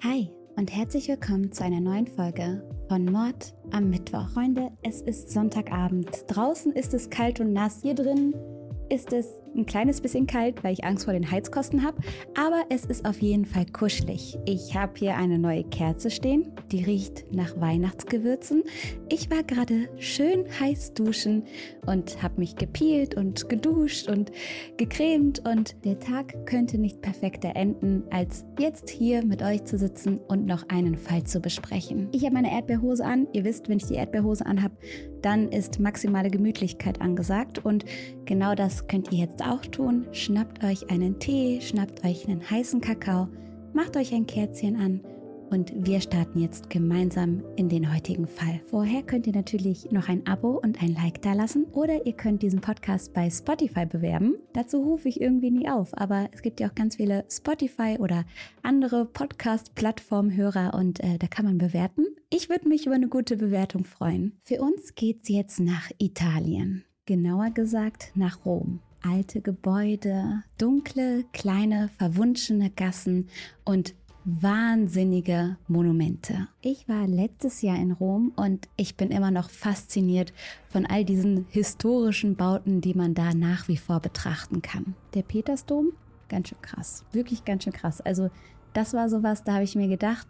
Hi und herzlich willkommen zu einer neuen Folge von Mord am Mittwoch. Freunde, es ist Sonntagabend. Draußen ist es kalt und nass. Hier drin ist es ein kleines bisschen kalt, weil ich Angst vor den Heizkosten habe. Aber es ist auf jeden Fall kuschelig. Ich habe hier eine neue Kerze stehen, die riecht nach Weihnachtsgewürzen. Ich war gerade schön heiß duschen und habe mich gepielt und geduscht und gecremt. Und der Tag könnte nicht perfekter enden, als jetzt hier mit euch zu sitzen und noch einen Fall zu besprechen. Ich habe meine Erdbeerhose an. Ihr wisst, wenn ich die Erdbeerhose anhabe, dann ist maximale Gemütlichkeit angesagt. Und genau das könnt ihr jetzt auch tun. Schnappt euch einen Tee, schnappt euch einen heißen Kakao, macht euch ein Kerzchen an und wir starten jetzt gemeinsam in den heutigen Fall. Vorher könnt ihr natürlich noch ein Abo und ein Like dalassen oder ihr könnt diesen Podcast bei Spotify bewerben. Dazu rufe ich irgendwie nie auf, aber es gibt ja auch ganz viele Spotify oder andere Podcast-Plattform-Hörer und da kann man bewerten. Ich würde mich über eine gute Bewertung freuen. Für uns geht's jetzt nach Italien. Genauer gesagt nach Rom. Alte Gebäude, dunkle, kleine, verwunschene Gassen und wahnsinnige Monumente. Ich war letztes Jahr in Rom und ich bin immer noch fasziniert von all diesen historischen Bauten, die man da nach wie vor betrachten kann. Der Petersdom, ganz schön krass, wirklich ganz schön krass. Also das war sowas, da habe ich mir gedacht,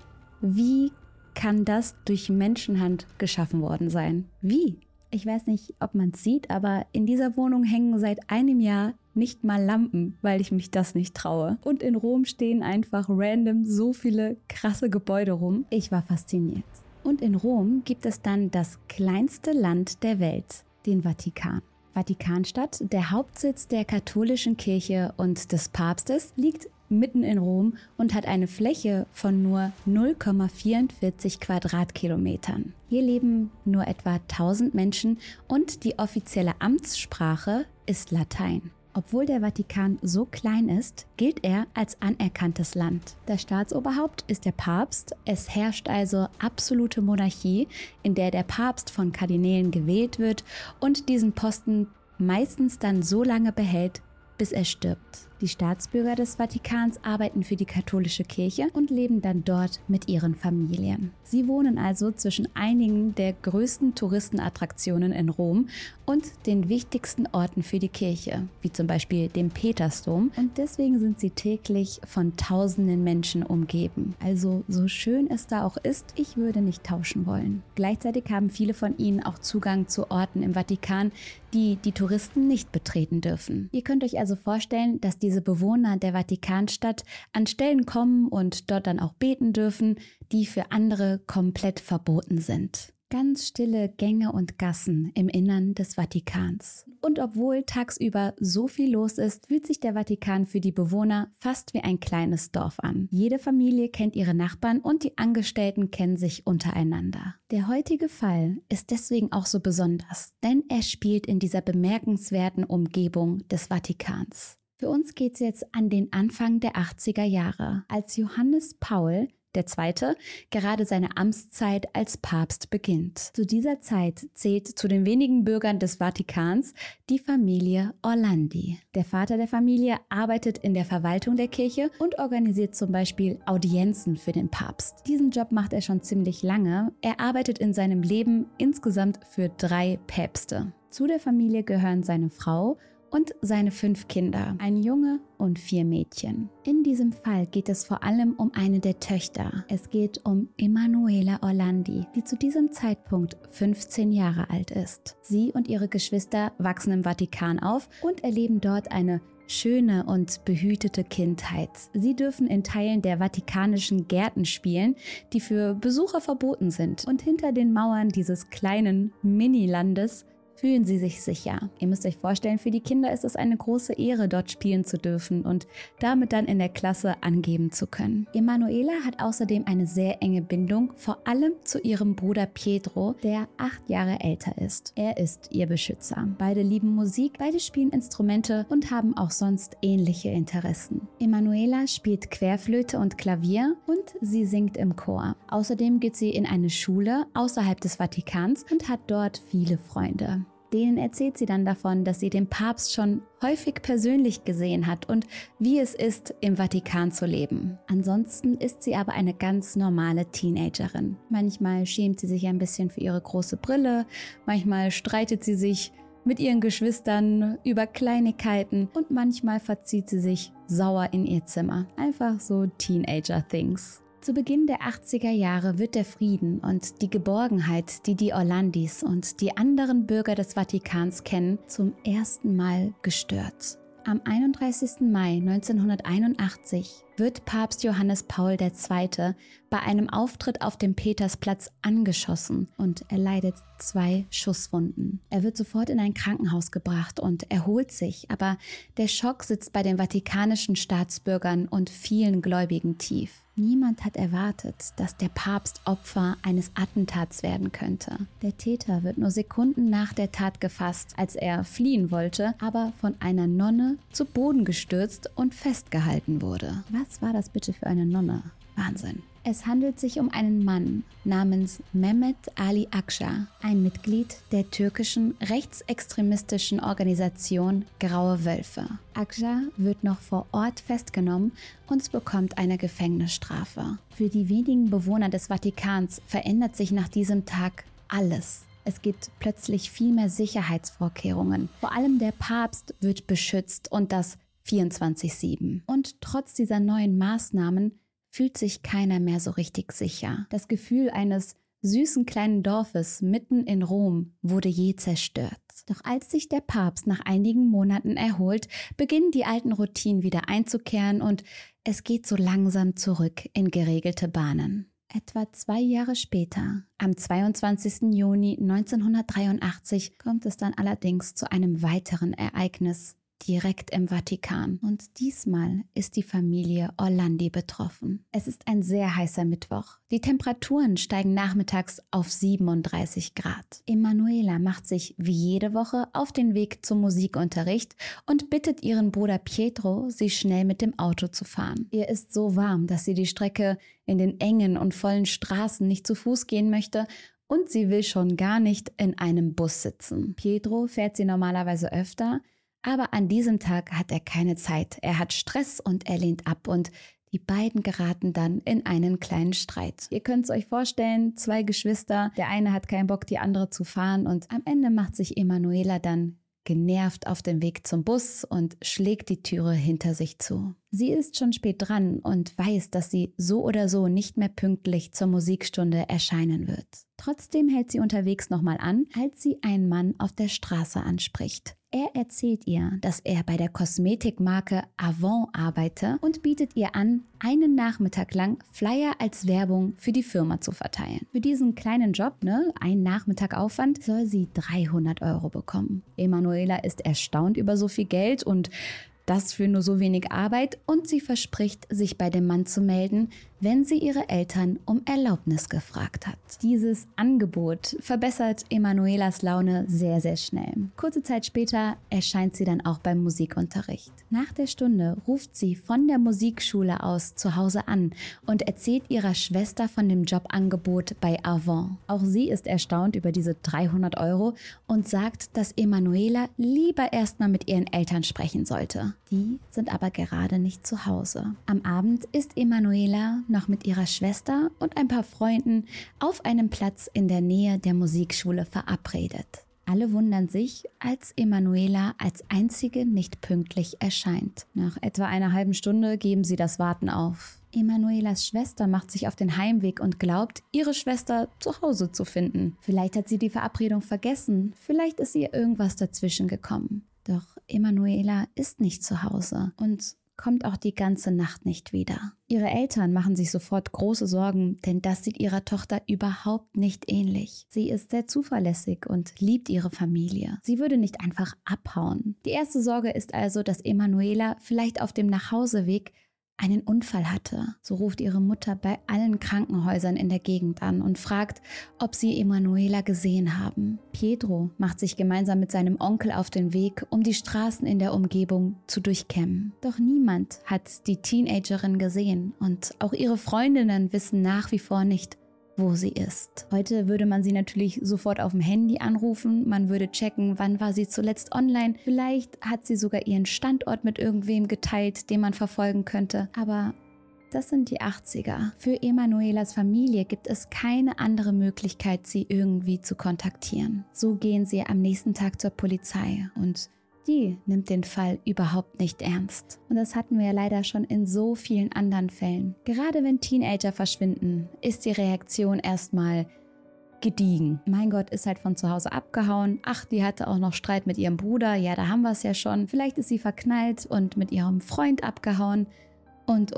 wie kann das durch Menschenhand geschaffen worden sein? Wie? Ich weiß nicht, ob man es sieht, aber in dieser Wohnung hängen seit einem Jahr nicht mal Lampen, weil ich mich das nicht traue. Und in Rom stehen einfach random so viele krasse Gebäude rum. Ich war fasziniert. Und in Rom gibt es dann das kleinste Land der Welt, den Vatikan. Vatikanstadt, der Hauptsitz der katholischen Kirche und des Papstes, liegt mitten in Rom und hat eine Fläche von nur 0,44 Quadratkilometern. Hier leben nur etwa 1000 Menschen und die offizielle Amtssprache ist Latein. Obwohl der Vatikan so klein ist, gilt er als anerkanntes Land. Das Staatsoberhaupt ist der Papst. Es herrscht also absolute Monarchie, in der der Papst von Kardinälen gewählt wird und diesen Posten meistens dann so lange behält, bis er stirbt. Die Staatsbürger des Vatikans arbeiten für die katholische Kirche und leben dann dort mit ihren Familien. Sie wohnen also zwischen einigen der größten Touristenattraktionen in Rom und den wichtigsten Orten für die Kirche, wie zum Beispiel dem Petersdom. Und deswegen sind sie täglich von tausenden Menschen umgeben. Also so schön es da auch ist, ich würde nicht tauschen wollen. Gleichzeitig haben viele von ihnen auch Zugang zu Orten im Vatikan, die die Touristen nicht betreten dürfen. Ihr könnt euch also vorstellen, dass diese Bewohner der Vatikanstadt an Stellen kommen und dort dann auch beten dürfen, die für andere komplett verboten sind. Ganz stille Gänge und Gassen im Innern des Vatikans. Und obwohl tagsüber so viel los ist, fühlt sich der Vatikan für die Bewohner fast wie ein kleines Dorf an. Jede Familie kennt ihre Nachbarn und die Angestellten kennen sich untereinander. Der heutige Fall ist deswegen auch so besonders, denn er spielt in dieser bemerkenswerten Umgebung des Vatikans. Für uns geht es jetzt an den Anfang der 80er Jahre, als Johannes Paul II. Gerade seine Amtszeit als Papst beginnt. Zu dieser Zeit zählt zu den wenigen Bürgern des Vatikans die Familie Orlandi. Der Vater der Familie arbeitet in der Verwaltung der Kirche und organisiert zum Beispiel Audienzen für den Papst. Diesen Job macht er schon ziemlich lange. Er arbeitet in seinem Leben insgesamt für 3 Päpste. Zu der Familie gehören seine Frau und seine 5 Kinder, ein Junge und 4 Mädchen. In diesem Fall geht es vor allem um eine der Töchter. Es geht um Emanuela Orlandi, die zu diesem Zeitpunkt 15 Jahre alt ist. Sie und ihre Geschwister wachsen im Vatikan auf und erleben dort eine schöne und behütete Kindheit. Sie dürfen in Teilen der vatikanischen Gärten spielen, die für Besucher verboten sind. Und hinter den Mauern dieses kleinen Mini-Landes fühlen sie sich sicher. Ihr müsst euch vorstellen, für die Kinder ist es eine große Ehre, dort spielen zu dürfen und damit dann in der Klasse angeben zu können. Emanuela hat außerdem eine sehr enge Bindung, vor allem zu ihrem Bruder Pietro, der 8 Jahre älter ist. Er ist ihr Beschützer. Beide lieben Musik, beide spielen Instrumente und haben auch sonst ähnliche Interessen. Emanuela spielt Querflöte und Klavier und sie singt im Chor. Außerdem geht sie in eine Schule außerhalb des Vatikans und hat dort viele Freunde. Denen erzählt sie dann davon, dass sie den Papst schon häufig persönlich gesehen hat und wie es ist, im Vatikan zu leben. Ansonsten ist sie aber eine ganz normale Teenagerin. Manchmal schämt sie sich ein bisschen für ihre große Brille, manchmal streitet sie sich mit ihren Geschwistern über Kleinigkeiten und manchmal verzieht sie sich sauer in ihr Zimmer. Einfach so Teenager-Things. Zu Beginn der 80er Jahre wird der Frieden und die Geborgenheit, die die Orlandis und die anderen Bürger des Vatikans kennen, zum ersten Mal gestört. Am 31. Mai 1981 wird Papst Johannes Paul II. Bei einem Auftritt auf dem Petersplatz angeschossen und er leidet 2 Schusswunden. Er wird sofort in ein Krankenhaus gebracht und erholt sich, aber der Schock sitzt bei den vatikanischen Staatsbürgern und vielen Gläubigen tief. Niemand hat erwartet, dass der Papst Opfer eines Attentats werden könnte. Der Täter wird nur Sekunden nach der Tat gefasst, als er fliehen wollte, aber von einer Nonne zu Boden gestürzt und festgehalten wurde. Was war das bitte für eine Nonne? Wahnsinn. Es handelt sich um einen Mann namens Mehmet Ali Agca, ein Mitglied der türkischen rechtsextremistischen Organisation Graue Wölfe. Agca wird noch vor Ort festgenommen und bekommt eine Gefängnisstrafe. Für die wenigen Bewohner des Vatikans verändert sich nach diesem Tag alles. Es gibt plötzlich viel mehr Sicherheitsvorkehrungen. Vor allem der Papst wird beschützt und das 24/7. Und trotz dieser neuen Maßnahmen fühlt sich keiner mehr so richtig sicher. Das Gefühl eines süßen kleinen Dorfes mitten in Rom wurde je zerstört. Doch als sich der Papst nach einigen Monaten erholt, beginnen die alten Routinen wieder einzukehren und es geht so langsam zurück in geregelte Bahnen. Etwa 2 Jahre später, am 22. Juni 1983, kommt es dann allerdings zu einem weiteren Ereignis direkt im Vatikan. Und diesmal ist die Familie Orlandi betroffen. Es ist ein sehr heißer Mittwoch. Die Temperaturen steigen nachmittags auf 37 Grad. Emanuela macht sich wie jede Woche auf den Weg zum Musikunterricht und bittet ihren Bruder Pietro, sie schnell mit dem Auto zu fahren. Ihr ist so warm, dass sie die Strecke in den engen und vollen Straßen nicht zu Fuß gehen möchte und sie will schon gar nicht in einem Bus sitzen. Pietro fährt sie normalerweise öfter, aber an diesem Tag hat er keine Zeit. Er hat Stress und er lehnt ab und die beiden geraten dann in einen kleinen Streit. Ihr könnt es euch vorstellen, 2 Geschwister, der eine hat keinen Bock, die andere zu fahren und am Ende macht sich Emanuela dann genervt auf den Weg zum Bus und schlägt die Türe hinter sich zu. Sie ist schon spät dran und weiß, dass sie so oder so nicht mehr pünktlich zur Musikstunde erscheinen wird. Trotzdem hält sie unterwegs nochmal an, als sie einen Mann auf der Straße anspricht. Er erzählt ihr, dass er bei der Kosmetikmarke Avon arbeite und bietet ihr an, einen Nachmittag lang Flyer als Werbung für die Firma zu verteilen. Für diesen kleinen Job, einen Nachmittag Aufwand, soll sie 300 € bekommen. Emanuela ist erstaunt über so viel Geld und das für nur so wenig Arbeit und sie verspricht, sich bei dem Mann zu melden, wenn sie ihre Eltern um Erlaubnis gefragt hat. Dieses Angebot verbessert Emanuelas Laune sehr, sehr schnell. Kurze Zeit später erscheint sie dann auch beim Musikunterricht. Nach der Stunde ruft sie von der Musikschule aus zu Hause an und erzählt ihrer Schwester von dem Jobangebot bei Avon. Auch sie ist erstaunt über diese 300 € und sagt, dass Emanuela lieber erstmal mit ihren Eltern sprechen sollte. Die sind aber gerade nicht zu Hause. Am Abend ist Emanuela noch mit ihrer Schwester und ein paar Freunden auf einem Platz in der Nähe der Musikschule verabredet. Alle wundern sich, als Emanuela als einzige nicht pünktlich erscheint. Nach etwa einer halben Stunde geben sie das Warten auf. Emanuelas Schwester macht sich auf den Heimweg und glaubt, ihre Schwester zu Hause zu finden. Vielleicht hat sie die Verabredung vergessen, vielleicht ist ihr irgendwas dazwischen gekommen. Doch Emanuela ist nicht zu Hause und kommt auch die ganze Nacht nicht wieder. Ihre Eltern machen sich sofort große Sorgen, denn das sieht ihrer Tochter überhaupt nicht ähnlich. Sie ist sehr zuverlässig und liebt ihre Familie. Sie würde nicht einfach abhauen. Die erste Sorge ist also, dass Emanuela vielleicht auf dem Nachhauseweg einen Unfall hatte. So ruft ihre Mutter bei allen Krankenhäusern in der Gegend an und fragt, ob sie Emanuela gesehen haben. Pietro macht sich gemeinsam mit seinem Onkel auf den Weg, um die Straßen in der Umgebung zu durchkämmen. Doch niemand hat die Teenagerin gesehen und auch ihre Freundinnen wissen nach wie vor nicht, wo sie ist. Heute würde man sie natürlich sofort auf dem Handy anrufen, man würde checken, wann war sie zuletzt online. Vielleicht hat sie sogar ihren Standort mit irgendwem geteilt, den man verfolgen könnte. Aber das sind die 80er. Für Emanuelas Familie gibt es keine andere Möglichkeit, sie irgendwie zu kontaktieren. So gehen sie am nächsten Tag zur Polizei und die nimmt den Fall überhaupt nicht ernst. Und das hatten wir ja leider schon in so vielen anderen Fällen. Gerade wenn Teenager verschwinden, ist die Reaktion erstmal gediegen. Mein Gott, ist halt von zu Hause abgehauen. Ach, die hatte auch noch Streit mit ihrem Bruder. Ja, da haben wir es ja schon. Vielleicht ist sie verknallt und mit ihrem Freund abgehauen. Und.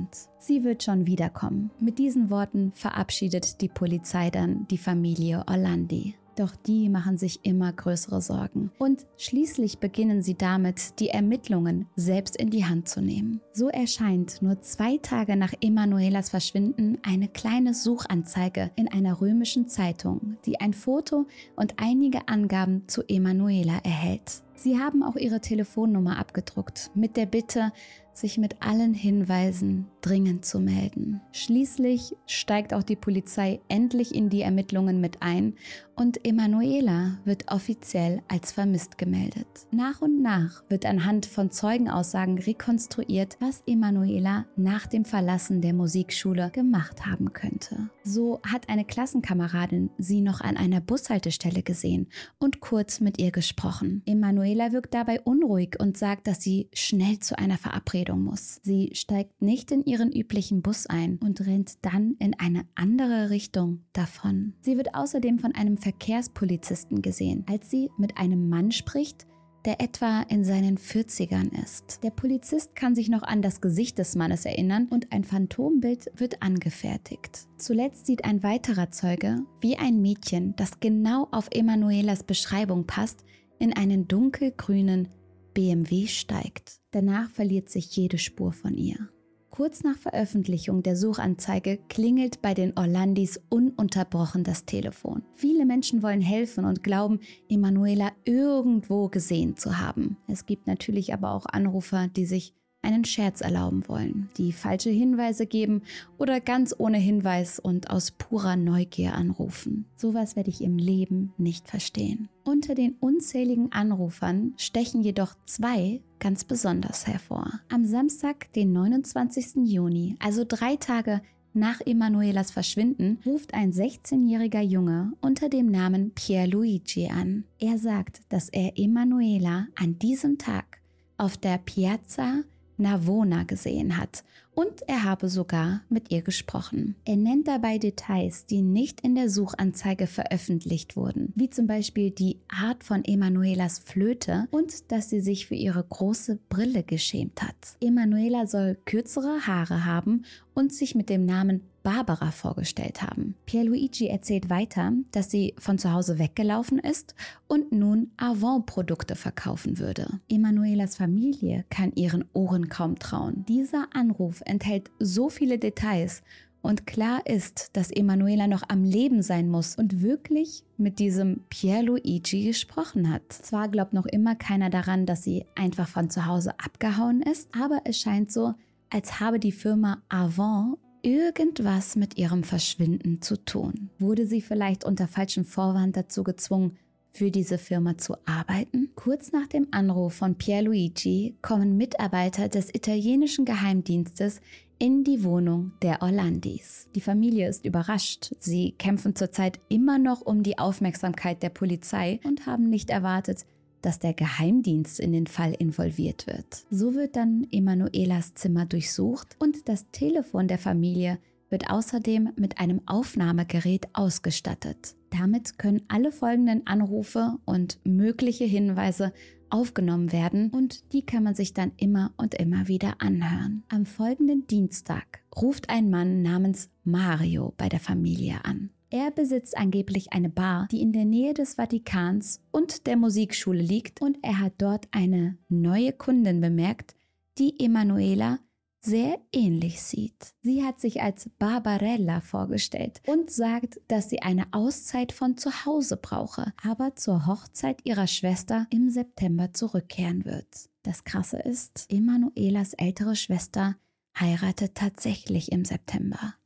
Sie wird schon wiederkommen. Mit diesen Worten verabschiedet die Polizei dann die Familie Orlandi. Doch die machen sich immer größere Sorgen. Und schließlich beginnen sie damit, die Ermittlungen selbst in die Hand zu nehmen. So erscheint nur 2 Tage nach Emanuelas Verschwinden eine kleine Suchanzeige in einer römischen Zeitung, die ein Foto und einige Angaben zu Emanuela erhält. Sie haben auch ihre Telefonnummer abgedruckt, mit der Bitte, sich mit allen Hinweisen dringend zu melden. Schließlich steigt auch die Polizei endlich in die Ermittlungen mit ein und Emanuela wird offiziell als vermisst gemeldet. Nach und nach wird anhand von Zeugenaussagen rekonstruiert, was Emanuela nach dem Verlassen der Musikschule gemacht haben könnte. So hat eine Klassenkameradin sie noch an einer Bushaltestelle gesehen und kurz mit ihr gesprochen. Emanuela wirkt dabei unruhig und sagt, dass sie schnell zu einer Verabredung muss. Sie steigt nicht in ihren üblichen Bus ein und rennt dann in eine andere Richtung davon. Sie wird außerdem von einem Verkehrspolizisten gesehen, als sie mit einem Mann spricht, der etwa in seinen 40ern ist. Der Polizist kann sich noch an das Gesicht des Mannes erinnern und ein Phantombild wird angefertigt. Zuletzt sieht ein weiterer Zeuge, wie ein Mädchen, das genau auf Emanuelas Beschreibung passt, in einen dunkelgrünen BMW steigt. Danach verliert sich jede Spur von ihr. Kurz nach Veröffentlichung der Suchanzeige klingelt bei den Orlandis ununterbrochen das Telefon. Viele Menschen wollen helfen und glauben, Emanuela irgendwo gesehen zu haben. Es gibt natürlich aber auch Anrufer, die sich einen Scherz erlauben wollen, die falsche Hinweise geben oder ganz ohne Hinweis und aus purer Neugier anrufen. Sowas werde ich im Leben nicht verstehen. Unter den unzähligen Anrufern stechen jedoch 2 ganz besonders hervor. Am Samstag, den 29. Juni, also 3 Tage nach Emanuelas Verschwinden, ruft ein 16-jähriger Junge unter dem Namen Pierluigi an. Er sagt, dass er Emanuela an diesem Tag auf der Piazza Navona gesehen hat und er habe sogar mit ihr gesprochen. Er nennt dabei Details, die nicht in der Suchanzeige veröffentlicht wurden, wie zum Beispiel die Art von Emanuelas Flöte und dass sie sich für ihre große Brille geschämt hat. Emanuela soll kürzere Haare haben und sich mit dem Namen Barbara vorgestellt haben. Pierluigi erzählt weiter, dass sie von zu Hause weggelaufen ist und nun Avon-Produkte verkaufen würde. Emanuelas Familie kann ihren Ohren kaum trauen. Dieser Anruf enthält so viele Details und klar ist, dass Emanuela noch am Leben sein muss und wirklich mit diesem Pierluigi gesprochen hat. Zwar glaubt noch immer keiner daran, dass sie einfach von zu Hause abgehauen ist, aber es scheint so, als habe die Firma Avon irgendwas mit ihrem Verschwinden zu tun. Wurde sie vielleicht unter falschem Vorwand dazu gezwungen, für diese Firma zu arbeiten? Kurz nach dem Anruf von Pierluigi kommen Mitarbeiter des italienischen Geheimdienstes in die Wohnung der Orlandis. Die Familie ist überrascht. Sie kämpfen zurzeit immer noch um die Aufmerksamkeit der Polizei und haben nicht erwartet, dass der Geheimdienst in den Fall involviert wird. So wird dann Emanuelas Zimmer durchsucht und das Telefon der Familie wird außerdem mit einem Aufnahmegerät ausgestattet. Damit können alle folgenden Anrufe und mögliche Hinweise aufgenommen werden und die kann man sich dann immer und immer wieder anhören. Am folgenden Dienstag ruft ein Mann namens Mario bei der Familie an. Er besitzt angeblich eine Bar, die in der Nähe des Vatikans und der Musikschule liegt und er hat dort eine neue Kundin bemerkt, die Emanuela sehr ähnlich sieht. Sie hat sich als Barbarella vorgestellt und sagt, dass sie eine Auszeit von zu Hause brauche, aber zur Hochzeit ihrer Schwester im September zurückkehren wird. Das Krasse ist, Emanuelas ältere Schwester heiratet tatsächlich im September.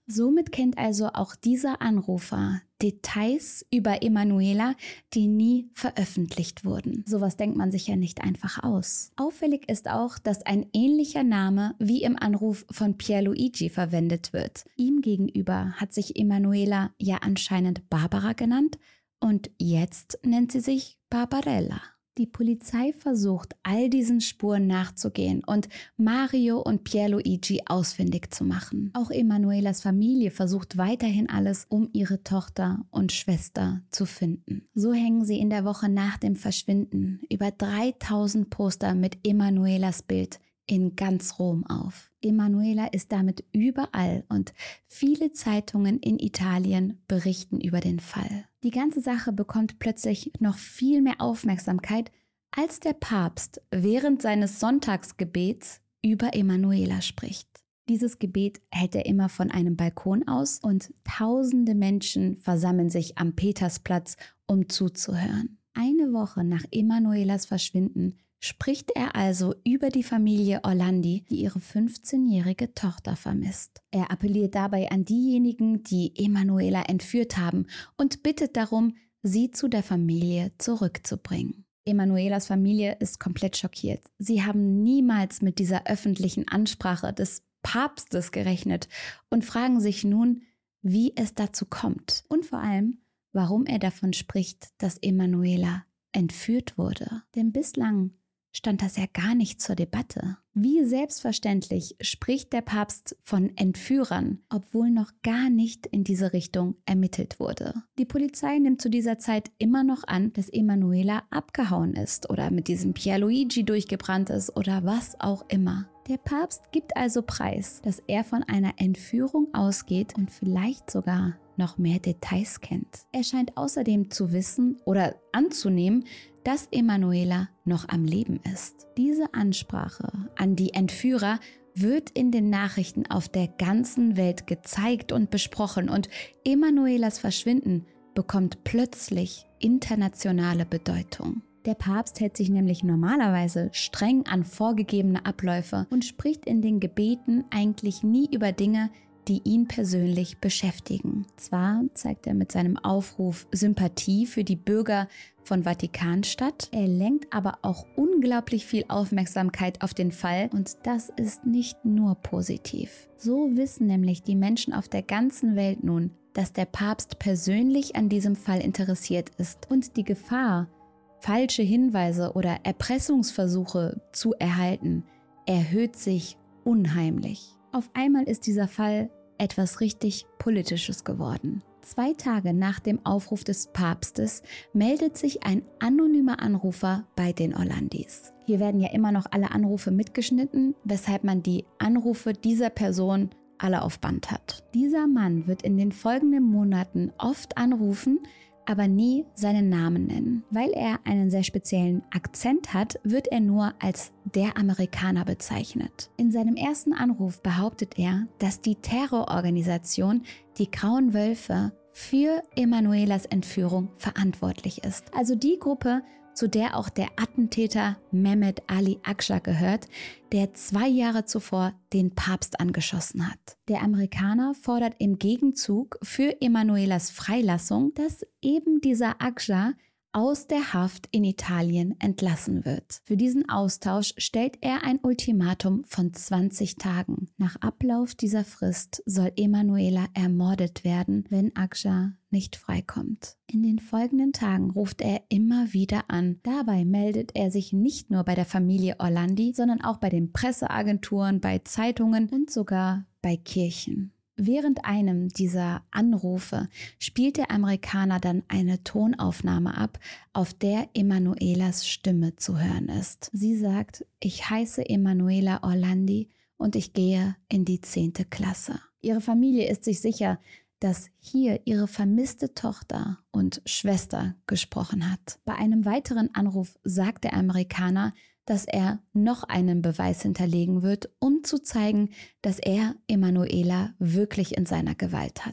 Somit kennt also auch dieser Anrufer Details über Emanuela, die nie veröffentlicht wurden. Sowas denkt man sich ja nicht einfach aus. Auffällig ist auch, dass ein ähnlicher Name wie im Anruf von Pierluigi verwendet wird. Ihm gegenüber hat sich Emanuela ja anscheinend Barbara genannt und jetzt nennt sie sich Barbarella. Die Polizei versucht, all diesen Spuren nachzugehen und Mario und Pierluigi ausfindig zu machen. Auch Emanuelas Familie versucht weiterhin alles, um ihre Tochter und Schwester zu finden. So hängen sie in der Woche nach dem Verschwinden über 3000 Poster mit Emanuelas Bild in ganz Rom auf. Emanuela ist damit überall und viele Zeitungen in Italien berichten über den Fall. Die ganze Sache bekommt plötzlich noch viel mehr Aufmerksamkeit, als der Papst während seines Sonntagsgebets über Emanuela spricht. Dieses Gebet hält er immer von einem Balkon aus und tausende Menschen versammeln sich am Petersplatz, um zuzuhören. Eine Woche nach Emanuelas Verschwinden spricht er also über die Familie Orlandi, die ihre 15-jährige Tochter vermisst. Er appelliert dabei an diejenigen, die Emanuela entführt haben und bittet darum, sie zu der Familie zurückzubringen. Emanuelas Familie ist komplett schockiert. Sie haben niemals mit dieser öffentlichen Ansprache des Papstes gerechnet und fragen sich nun, wie es dazu kommt und vor allem, warum er davon spricht, dass Emanuela entführt wurde. Denn bislang stand das ja gar nicht zur Debatte. Wie selbstverständlich spricht der Papst von Entführern, obwohl noch gar nicht in diese Richtung ermittelt wurde. Die Polizei nimmt zu dieser Zeit immer noch an, dass Emanuela abgehauen ist oder mit diesem Pierluigi durchgebrannt ist oder was auch immer. Der Papst gibt also preis, dass er von einer Entführung ausgeht und vielleicht sogar noch mehr Details kennt. Er scheint außerdem zu wissen oder anzunehmen, dass Emanuela noch am Leben ist. Diese Ansprache an die Entführer wird in den Nachrichten auf der ganzen Welt gezeigt und besprochen und Emanuelas Verschwinden bekommt plötzlich internationale Bedeutung. Der Papst hält sich nämlich normalerweise streng an vorgegebene Abläufe und spricht in den Gebeten eigentlich nie über Dinge, die ihn persönlich beschäftigen. Zwar zeigt er mit seinem Aufruf Sympathie für die Bürger von Vatikanstadt, er lenkt aber auch unglaublich viel Aufmerksamkeit auf den Fall und das ist nicht nur positiv. So wissen nämlich die Menschen auf der ganzen Welt nun, dass der Papst persönlich an diesem Fall interessiert ist und die Gefahr, falsche Hinweise oder Erpressungsversuche zu erhalten, erhöht sich unheimlich. Auf einmal ist dieser Fall etwas richtig Politisches geworden. 2 Tage nach dem Aufruf des Papstes meldet sich ein anonymer Anrufer bei den Orlandis. Hier werden ja immer noch alle Anrufe mitgeschnitten, weshalb man die Anrufe dieser Person alle auf Band hat. Dieser Mann wird in den folgenden Monaten oft anrufen, aber nie seinen Namen nennen. Weil er einen sehr speziellen Akzent hat, wird er nur als der Amerikaner bezeichnet. In seinem ersten Anruf behauptet er, dass die Terrororganisation die Grauen Wölfe für Emanuelas Entführung verantwortlich ist. Also die Gruppe, zu der auch der Attentäter Mehmet Ali Agca gehört, der 2 Jahre zuvor den Papst angeschossen hat. Der Amerikaner fordert im Gegenzug für Emanuelas Freilassung, dass eben dieser Agca aus der Haft in Italien entlassen wird. Für diesen Austausch stellt er ein Ultimatum von 20 Tagen. Nach Ablauf dieser Frist soll Emanuela ermordet werden, wenn Agca nicht freikommt. In den folgenden Tagen ruft er immer wieder an. Dabei meldet er sich nicht nur bei der Familie Orlandi, sondern auch bei den Presseagenturen, bei Zeitungen und sogar bei Kirchen. Während einem dieser Anrufe spielt der Amerikaner dann eine Tonaufnahme ab, auf der Emanuelas Stimme zu hören ist. Sie sagt, ich heiße Emanuela Orlandi und ich gehe in die 10. Klasse. Ihre Familie ist sich sicher, dass hier ihre vermisste Tochter und Schwester gesprochen hat. Bei einem weiteren Anruf sagt der Amerikaner, dass er noch einen Beweis hinterlegen wird, um zu zeigen, dass er Emanuela wirklich in seiner Gewalt hat.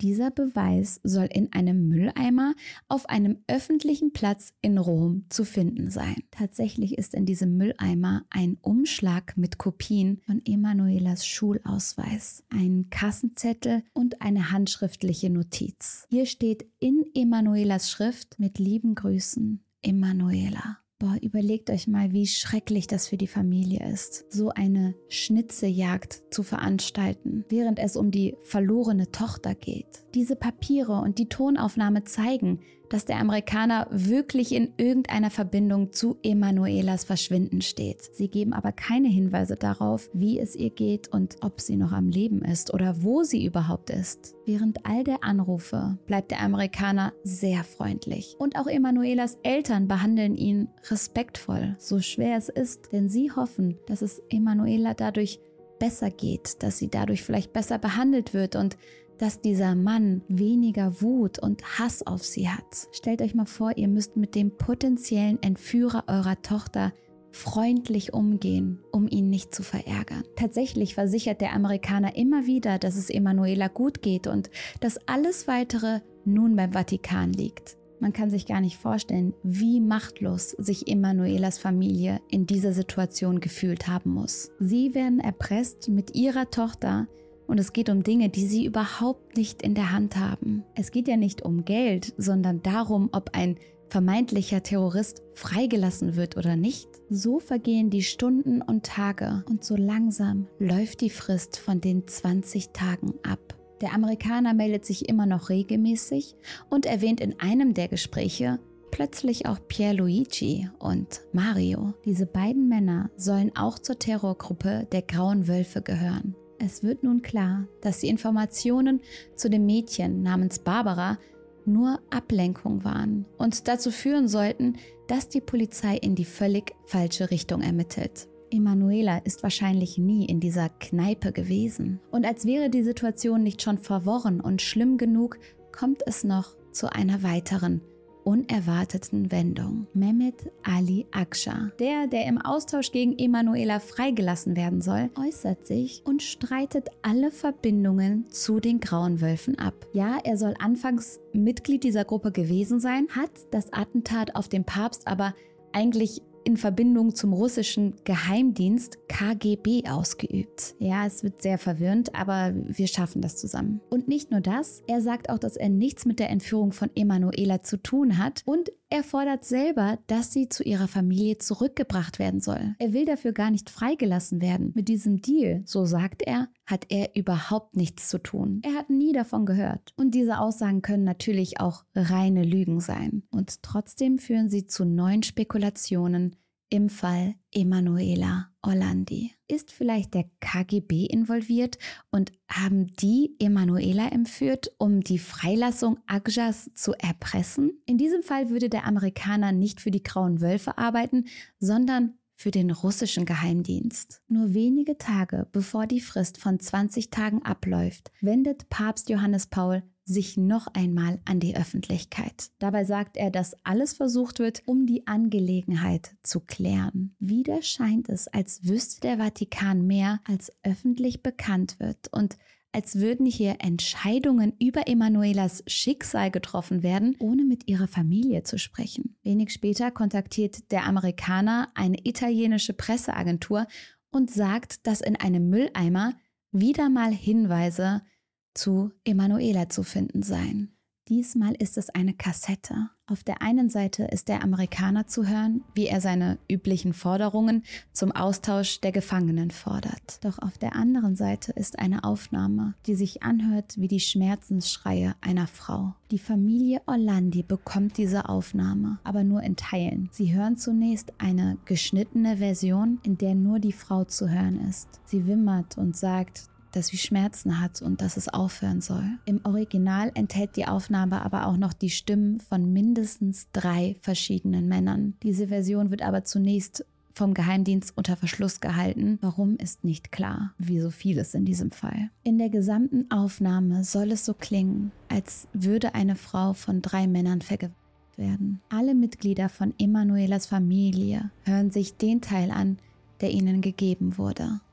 Dieser Beweis soll in einem Mülleimer auf einem öffentlichen Platz in Rom zu finden sein. Tatsächlich ist in diesem Mülleimer ein Umschlag mit Kopien von Emanuelas Schulausweis, ein Kassenzettel und eine handschriftliche Notiz. Hier steht in Emanuelas Schrift: mit lieben Grüßen, Emanuela. Boah, überlegt euch mal, wie schrecklich das für die Familie ist, so eine Schnitzejagd zu veranstalten, während es um die verlorene Tochter geht. Diese Papiere und die Tonaufnahme zeigen, dass der Amerikaner wirklich in irgendeiner Verbindung zu Emanuelas Verschwinden steht. Sie geben aber keine Hinweise darauf, wie es ihr geht und ob sie noch am Leben ist oder wo sie überhaupt ist. Während all der Anrufe bleibt der Amerikaner sehr freundlich. Und auch Emanuelas Eltern behandeln ihn respektvoll, so schwer es ist, denn sie hoffen, dass es Emanuela dadurch besser geht, dass sie dadurch vielleicht besser behandelt wird und dass dieser Mann weniger Wut und Hass auf sie hat. Stellt euch mal vor, ihr müsst mit dem potenziellen Entführer eurer Tochter freundlich umgehen, um ihn nicht zu verärgern. Tatsächlich versichert der Amerikaner immer wieder, dass es Emanuela gut geht und dass alles Weitere nun beim Vatikan liegt. Man kann sich gar nicht vorstellen, wie machtlos sich Emanuelas Familie in dieser Situation gefühlt haben muss. Sie werden erpresst mit ihrer Tochter, und es geht um Dinge, die sie überhaupt nicht in der Hand haben. Es geht ja nicht um Geld, sondern darum, ob ein vermeintlicher Terrorist freigelassen wird oder nicht. So vergehen die Stunden und Tage und so langsam läuft die Frist von den 20 Tagen ab. Der Amerikaner meldet sich immer noch regelmäßig und erwähnt in einem der Gespräche plötzlich auch Pierluigi und Mario. Diese beiden Männer sollen auch zur Terrorgruppe der Grauen Wölfe gehören. Es wird nun klar, dass die Informationen zu dem Mädchen namens Barbara nur Ablenkung waren und dazu führen sollten, dass die Polizei in die völlig falsche Richtung ermittelt. Emanuela ist wahrscheinlich nie in dieser Kneipe gewesen. Und als wäre die Situation nicht schon verworren und schlimm genug, kommt es noch zu einer weiteren unerwarteten Wendung. Mehmet Ali Akça, der im Austausch gegen Emanuela freigelassen werden soll, äußert sich und streitet alle Verbindungen zu den Grauen Wölfen ab. Ja, er soll anfangs Mitglied dieser Gruppe gewesen sein, hat das Attentat auf den Papst aber eigentlich in Verbindung zum russischen Geheimdienst KGB ausgeübt. Ja, es wird sehr verwirrend, aber wir schaffen das zusammen. Und nicht nur das, er sagt auch, dass er nichts mit der Entführung von Emanuela zu tun hat und er fordert selber, dass sie zu ihrer Familie zurückgebracht werden soll. Er will dafür gar nicht freigelassen werden. Mit diesem Deal, so sagt er, hat er überhaupt nichts zu tun. Er hat nie davon gehört. Und diese Aussagen können natürlich auch reine Lügen sein. Und trotzdem führen sie zu neuen Spekulationen im Fall Emanuela Orlandi. Ist vielleicht der KGB involviert und haben die Emanuela entführt, um die Freilassung Akças zu erpressen? In diesem Fall würde der Amerikaner nicht für die Grauen Wölfe arbeiten, sondern für den russischen Geheimdienst. Nur wenige Tage bevor die Frist von 20 Tagen abläuft, wendet Papst Johannes Paul sich noch einmal an die Öffentlichkeit. Dabei sagt er, dass alles versucht wird, um die Angelegenheit zu klären. Wieder scheint es, als wüsste der Vatikan mehr, als öffentlich bekannt wird und als würden hier Entscheidungen über Emanuelas Schicksal getroffen werden, ohne mit ihrer Familie zu sprechen. Wenig später kontaktiert der Amerikaner eine italienische Presseagentur und sagt, dass in einem Mülleimer wieder mal Hinweise zu Emanuela zu finden seien. Diesmal ist es eine Kassette. Auf der einen Seite ist der Amerikaner zu hören, wie er seine üblichen Forderungen zum Austausch der Gefangenen fordert. Doch auf der anderen Seite ist eine Aufnahme, die sich anhört wie die Schmerzensschreie einer Frau. Die Familie Orlandi bekommt diese Aufnahme, aber nur in Teilen. Sie hören zunächst eine geschnittene Version, in der nur die Frau zu hören ist. Sie wimmert und sagt, dass sie Schmerzen hat und dass es aufhören soll. Im Original enthält die Aufnahme aber auch noch die Stimmen von mindestens 3 verschiedenen Männern. Diese Version wird aber zunächst vom Geheimdienst unter Verschluss gehalten. Warum, ist nicht klar, wie so vieles in diesem Fall. In der gesamten Aufnahme soll es so klingen, als würde eine Frau von 3 Männern vergewaltigt werden. Alle Mitglieder von Emanuelas Familie hören sich den Teil an, der ihnen gegeben wurde.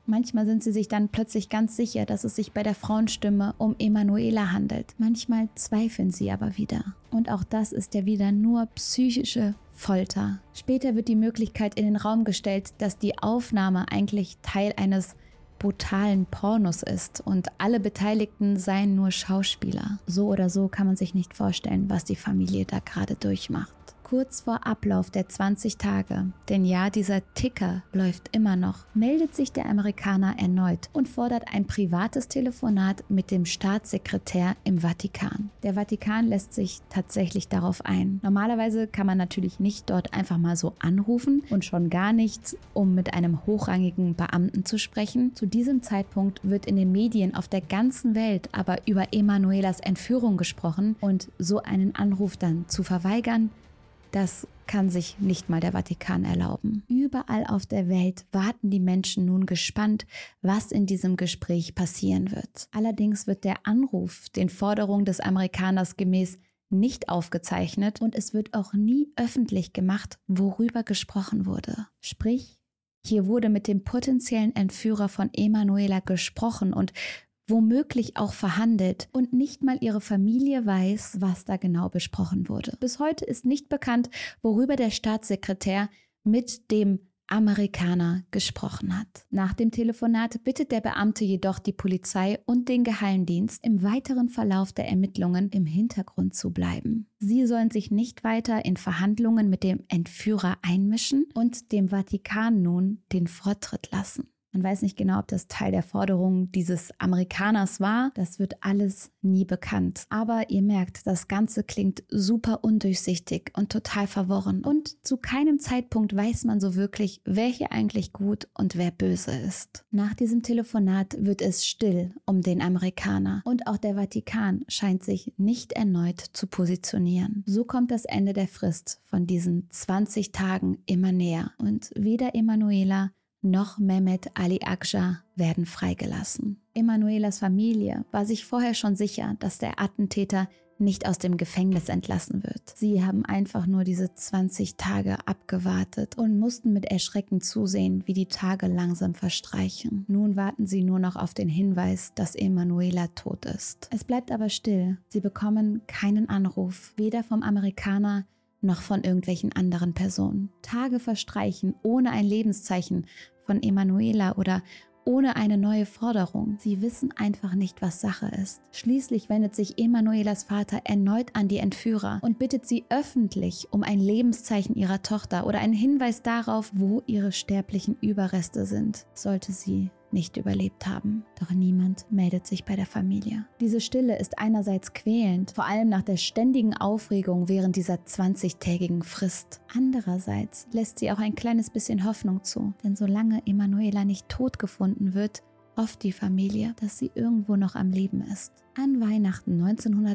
Manchmal sind sie sich dann plötzlich ganz sicher, dass es sich bei der Frauenstimme um Emanuela handelt. Manchmal zweifeln sie aber wieder. Und auch das ist ja wieder nur psychische Folter. Später wird die Möglichkeit in den Raum gestellt, dass die Aufnahme eigentlich Teil eines brutalen Pornos ist und alle Beteiligten seien nur Schauspieler. So oder so kann man sich nicht vorstellen, was die Familie da gerade durchmacht. Kurz vor Ablauf der 20 Tage, denn ja, dieser Ticker läuft immer noch, meldet sich der Amerikaner erneut und fordert ein privates Telefonat mit dem Staatssekretär im Vatikan. Der Vatikan lässt sich tatsächlich darauf ein. Normalerweise kann man natürlich nicht dort einfach mal so anrufen und schon gar nicht, um mit einem hochrangigen Beamten zu sprechen. Zu diesem Zeitpunkt wird in den Medien auf der ganzen Welt aber über Emanuelas Entführung gesprochen und so einen Anruf dann zu verweigern, das kann sich nicht mal der Vatikan erlauben. Überall auf der Welt warten die Menschen nun gespannt, was in diesem Gespräch passieren wird. Allerdings wird der Anruf den Forderungen des Amerikaners gemäß nicht aufgezeichnet und es wird auch nie öffentlich gemacht, worüber gesprochen wurde. Sprich, hier wurde mit dem potenziellen Entführer von Emanuela gesprochen und womöglich auch verhandelt und nicht mal ihre Familie weiß, was da genau besprochen wurde. Bis heute ist nicht bekannt, worüber der Staatssekretär mit dem Amerikaner gesprochen hat. Nach dem Telefonat bittet der Beamte jedoch die Polizei und den Geheimdienst, im weiteren Verlauf der Ermittlungen im Hintergrund zu bleiben. Sie sollen sich nicht weiter in Verhandlungen mit dem Entführer einmischen und dem Vatikan nun den Vortritt lassen. Man weiß nicht genau, ob das Teil der Forderungen dieses Amerikaners war. Das wird alles nie bekannt. Aber ihr merkt, das Ganze klingt super undurchsichtig und total verworren. Und zu keinem Zeitpunkt weiß man so wirklich, wer hier eigentlich gut und wer böse ist. Nach diesem Telefonat wird es still um den Amerikaner. Und auch der Vatikan scheint sich nicht erneut zu positionieren. So kommt das Ende der Frist von diesen 20 Tagen immer näher. Und weder Emanuela noch Mehmet Ali Agca werden freigelassen. Emanuelas Familie war sich vorher schon sicher, dass der Attentäter nicht aus dem Gefängnis entlassen wird. Sie haben einfach nur diese 20 Tage abgewartet und mussten mit Erschrecken zusehen, wie die Tage langsam verstreichen. Nun warten sie nur noch auf den Hinweis, dass Emanuela tot ist. Es bleibt aber still. Sie bekommen keinen Anruf, weder vom Amerikaner noch von irgendwelchen anderen Personen. Tage verstreichen ohne ein Lebenszeichen von Emanuela oder ohne eine neue Forderung. Sie wissen einfach nicht, was Sache ist. Schließlich wendet sich Emanuelas Vater erneut an die Entführer und bittet sie öffentlich um ein Lebenszeichen ihrer Tochter oder einen Hinweis darauf, wo ihre sterblichen Überreste sind, sollte sie nicht überlebt haben. Doch niemand meldet sich bei der Familie. Diese Stille ist einerseits quälend, vor allem nach der ständigen Aufregung während dieser 20-tägigen Frist. Andererseits lässt sie auch ein kleines bisschen Hoffnung zu, denn solange Emanuela nicht tot gefunden wird, hofft die Familie, dass sie irgendwo noch am Leben ist. An Weihnachten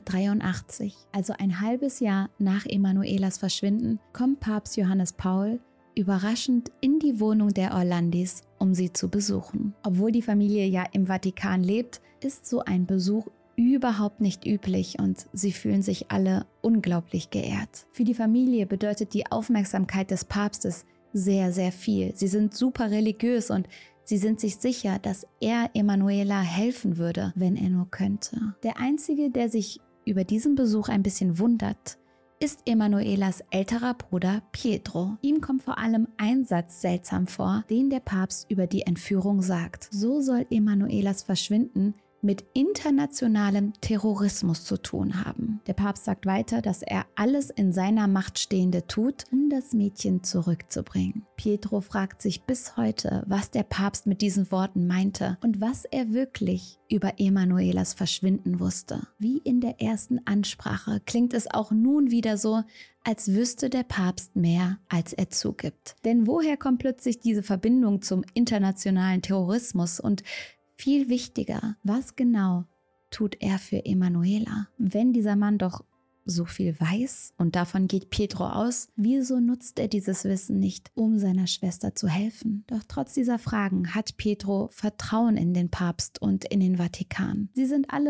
1983, also ein halbes Jahr nach Emanuelas Verschwinden, kommt Papst Johannes Paul überraschend in die Wohnung der Orlandis, um sie zu besuchen. Obwohl die Familie ja im Vatikan lebt, ist so ein Besuch überhaupt nicht üblich und sie fühlen sich alle unglaublich geehrt. Für die Familie bedeutet die Aufmerksamkeit des Papstes sehr, sehr viel. Sie sind super religiös und sie sind sich sicher, dass er Emanuela helfen würde, wenn er nur könnte. Der Einzige, der sich über diesen Besuch ein bisschen wundert, ist Emanuelas älterer Bruder Pietro. Ihm kommt vor allem ein Satz seltsam vor, den der Papst über die Entführung sagt. So soll Emanuelas Verschwinden mit internationalem Terrorismus zu tun haben. Der Papst sagt weiter, dass er alles in seiner Macht Stehende tut, um das Mädchen zurückzubringen. Pietro fragt sich bis heute, was der Papst mit diesen Worten meinte und was er wirklich über Emanuelas Verschwinden wusste. Wie in der ersten Ansprache klingt es auch nun wieder so, als wüsste der Papst mehr, als er zugibt. Denn woher kommt plötzlich diese Verbindung zum internationalen Terrorismus und viel wichtiger, was genau tut er für Emanuela? Wenn dieser Mann doch so viel weiß, und davon geht Pietro aus, wieso nutzt er dieses Wissen nicht, um seiner Schwester zu helfen? Doch trotz dieser Fragen hat Pietro Vertrauen in den Papst und in den Vatikan. Sie sind alle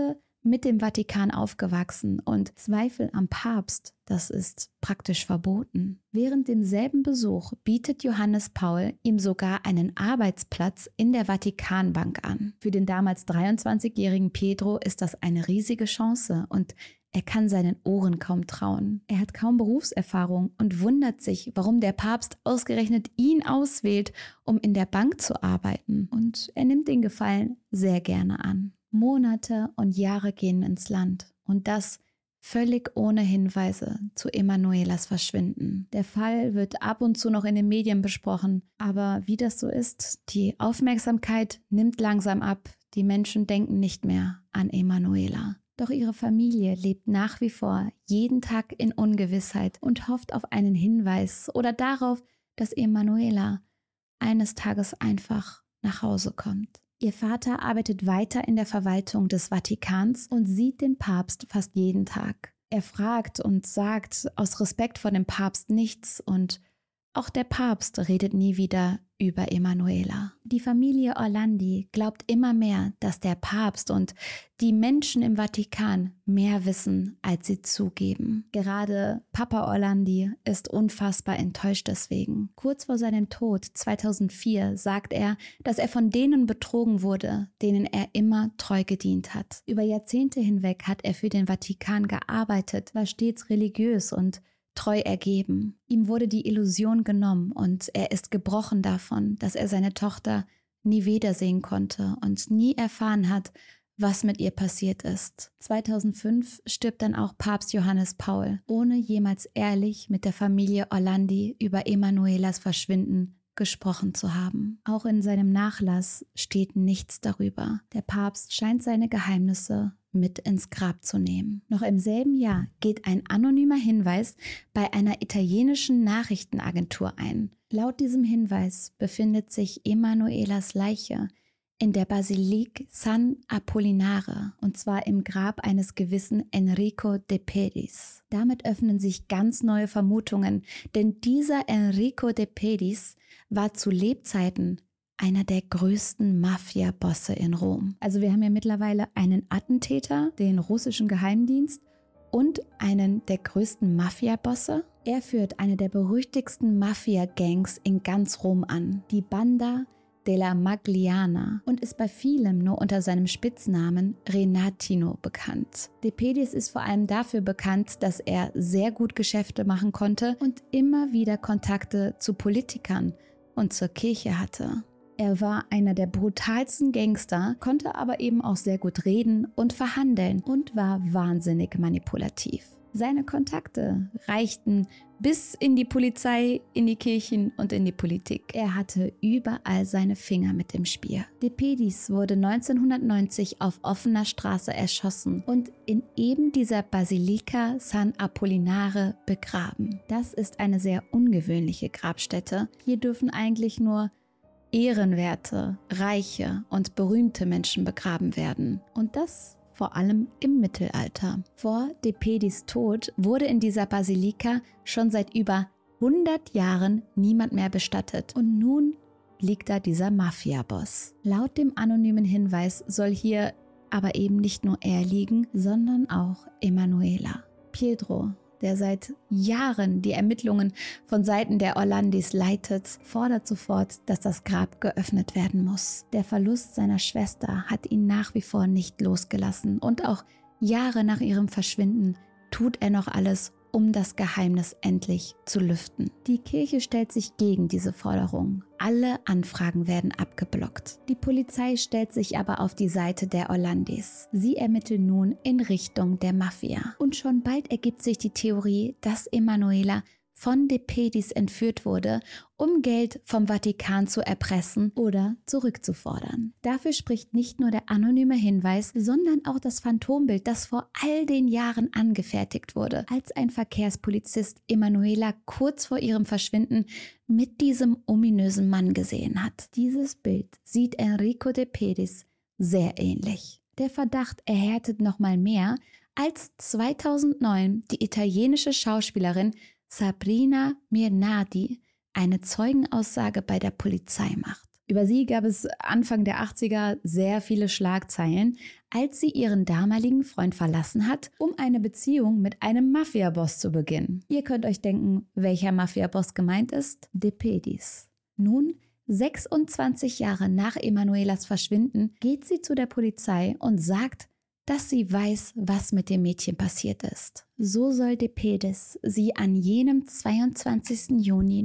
mit dem Vatikan aufgewachsen und Zweifel am Papst, das ist praktisch verboten. Während demselben Besuch bietet Johannes Paul ihm sogar einen Arbeitsplatz in der Vatikanbank an. Für den damals 23-jährigen Pedro ist das eine riesige Chance und er kann seinen Ohren kaum trauen. Er hat kaum Berufserfahrung und wundert sich, warum der Papst ausgerechnet ihn auswählt, um in der Bank zu arbeiten. Und er nimmt den Gefallen sehr gerne an. Monate und Jahre gehen ins Land und das völlig ohne Hinweise zu Emanuelas Verschwinden. Der Fall wird ab und zu noch in den Medien besprochen, aber wie das so ist, die Aufmerksamkeit nimmt langsam ab. Die Menschen denken nicht mehr an Emanuela. Doch ihre Familie lebt nach wie vor jeden Tag in Ungewissheit und hofft auf einen Hinweis oder darauf, dass Emanuela eines Tages einfach nach Hause kommt. Ihr Vater arbeitet weiter in der Verwaltung des Vatikans und sieht den Papst fast jeden Tag. Er fragt und sagt aus Respekt vor dem Papst nichts und auch der Papst redet nie wieder über Emanuela. Die Familie Orlandi glaubt immer mehr, dass der Papst und die Menschen im Vatikan mehr wissen, als sie zugeben. Gerade Papa Orlandi ist unfassbar enttäuscht deswegen. Kurz vor seinem Tod 2004 sagt er, dass er von denen betrogen wurde, denen er immer treu gedient hat. Über Jahrzehnte hinweg hat er für den Vatikan gearbeitet, war stets religiös und treu ergeben. Ihm wurde die Illusion genommen und er ist gebrochen davon, dass er seine Tochter nie wiedersehen konnte und nie erfahren hat, was mit ihr passiert ist. 2005 stirbt dann auch Papst Johannes Paul, ohne jemals ehrlich mit der Familie Orlandi über Emanuelas Verschwinden gesprochen zu haben. Auch in seinem Nachlass steht nichts darüber. Der Papst scheint seine Geheimnisse mit ins Grab zu nehmen. Noch im selben Jahr geht ein anonymer Hinweis bei einer italienischen Nachrichtenagentur ein. Laut diesem Hinweis befindet sich Emanuelas Leiche in der Basilike San Apollinare, und zwar im Grab eines gewissen Enrico de Pedis. Damit öffnen sich ganz neue Vermutungen, denn dieser Enrico de Pedis war zu Lebzeiten einer der größten Mafia-Bosse in Rom. Also wir haben ja mittlerweile einen Attentäter, den russischen Geheimdienst, und einen der größten Mafia-Bosse. Er führt eine der berüchtigsten Mafia-Gangs in ganz Rom an, die Banda della Magliana, und ist bei vielem nur unter seinem Spitznamen Renatino bekannt. De Pedis ist vor allem dafür bekannt, dass er sehr gut Geschäfte machen konnte und immer wieder Kontakte zu Politikern und zur Kirche hatte. Er war einer der brutalsten Gangster, konnte aber eben auch sehr gut reden und verhandeln und war wahnsinnig manipulativ. Seine Kontakte reichten bis in die Polizei, in die Kirchen und in die Politik. Er hatte überall seine Finger mit im Spiel. De Pedis wurde 1990 auf offener Straße erschossen und in eben dieser Basilika San Apollinare begraben. Das ist eine sehr ungewöhnliche Grabstätte. Hier dürfen eigentlich nur ehrenwerte, reiche und berühmte Menschen begraben werden. Und das vor allem im Mittelalter. Vor De Pedis Tod wurde in dieser Basilika schon seit über 100 Jahren niemand mehr bestattet. Und nun liegt da dieser Mafia-Boss. Laut dem anonymen Hinweis soll hier aber eben nicht nur er liegen, sondern auch Emanuela. Pietro, der seit Jahren die Ermittlungen von Seiten der Orlandis leitet, fordert sofort, dass das Grab geöffnet werden muss. Der Verlust seiner Schwester hat ihn nach wie vor nicht losgelassen und auch Jahre nach ihrem Verschwinden tut er noch alles, um das Geheimnis endlich zu lüften. Die Kirche stellt sich gegen diese Forderung. Alle Anfragen werden abgeblockt. Die Polizei stellt sich aber auf die Seite der Orlandis. Sie ermitteln nun in Richtung der Mafia. Und schon bald ergibt sich die Theorie, dass Emanuela von De Pedis entführt wurde, um Geld vom Vatikan zu erpressen oder zurückzufordern. Dafür spricht nicht nur der anonyme Hinweis, sondern auch das Phantombild, das vor all den Jahren angefertigt wurde, als ein Verkehrspolizist Emanuela kurz vor ihrem Verschwinden mit diesem ominösen Mann gesehen hat. Dieses Bild sieht Enrico de Pedis sehr ähnlich. Der Verdacht erhärtet nochmal mehr, als 2009 die italienische Schauspielerin Sabrina Mirnadi eine Zeugenaussage bei der Polizei macht. Über sie gab es Anfang der 80er sehr viele Schlagzeilen, als sie ihren damaligen Freund verlassen hat, um eine Beziehung mit einem Mafia-Boss zu beginnen. Ihr könnt euch denken, welcher Mafia-Boss gemeint ist? De Pedis. Nun, 26 Jahre nach Emanuelas Verschwinden geht sie zu der Polizei und sagt, dass sie weiß, was mit dem Mädchen passiert ist. So soll De Pedis sie an jenem 22. Juni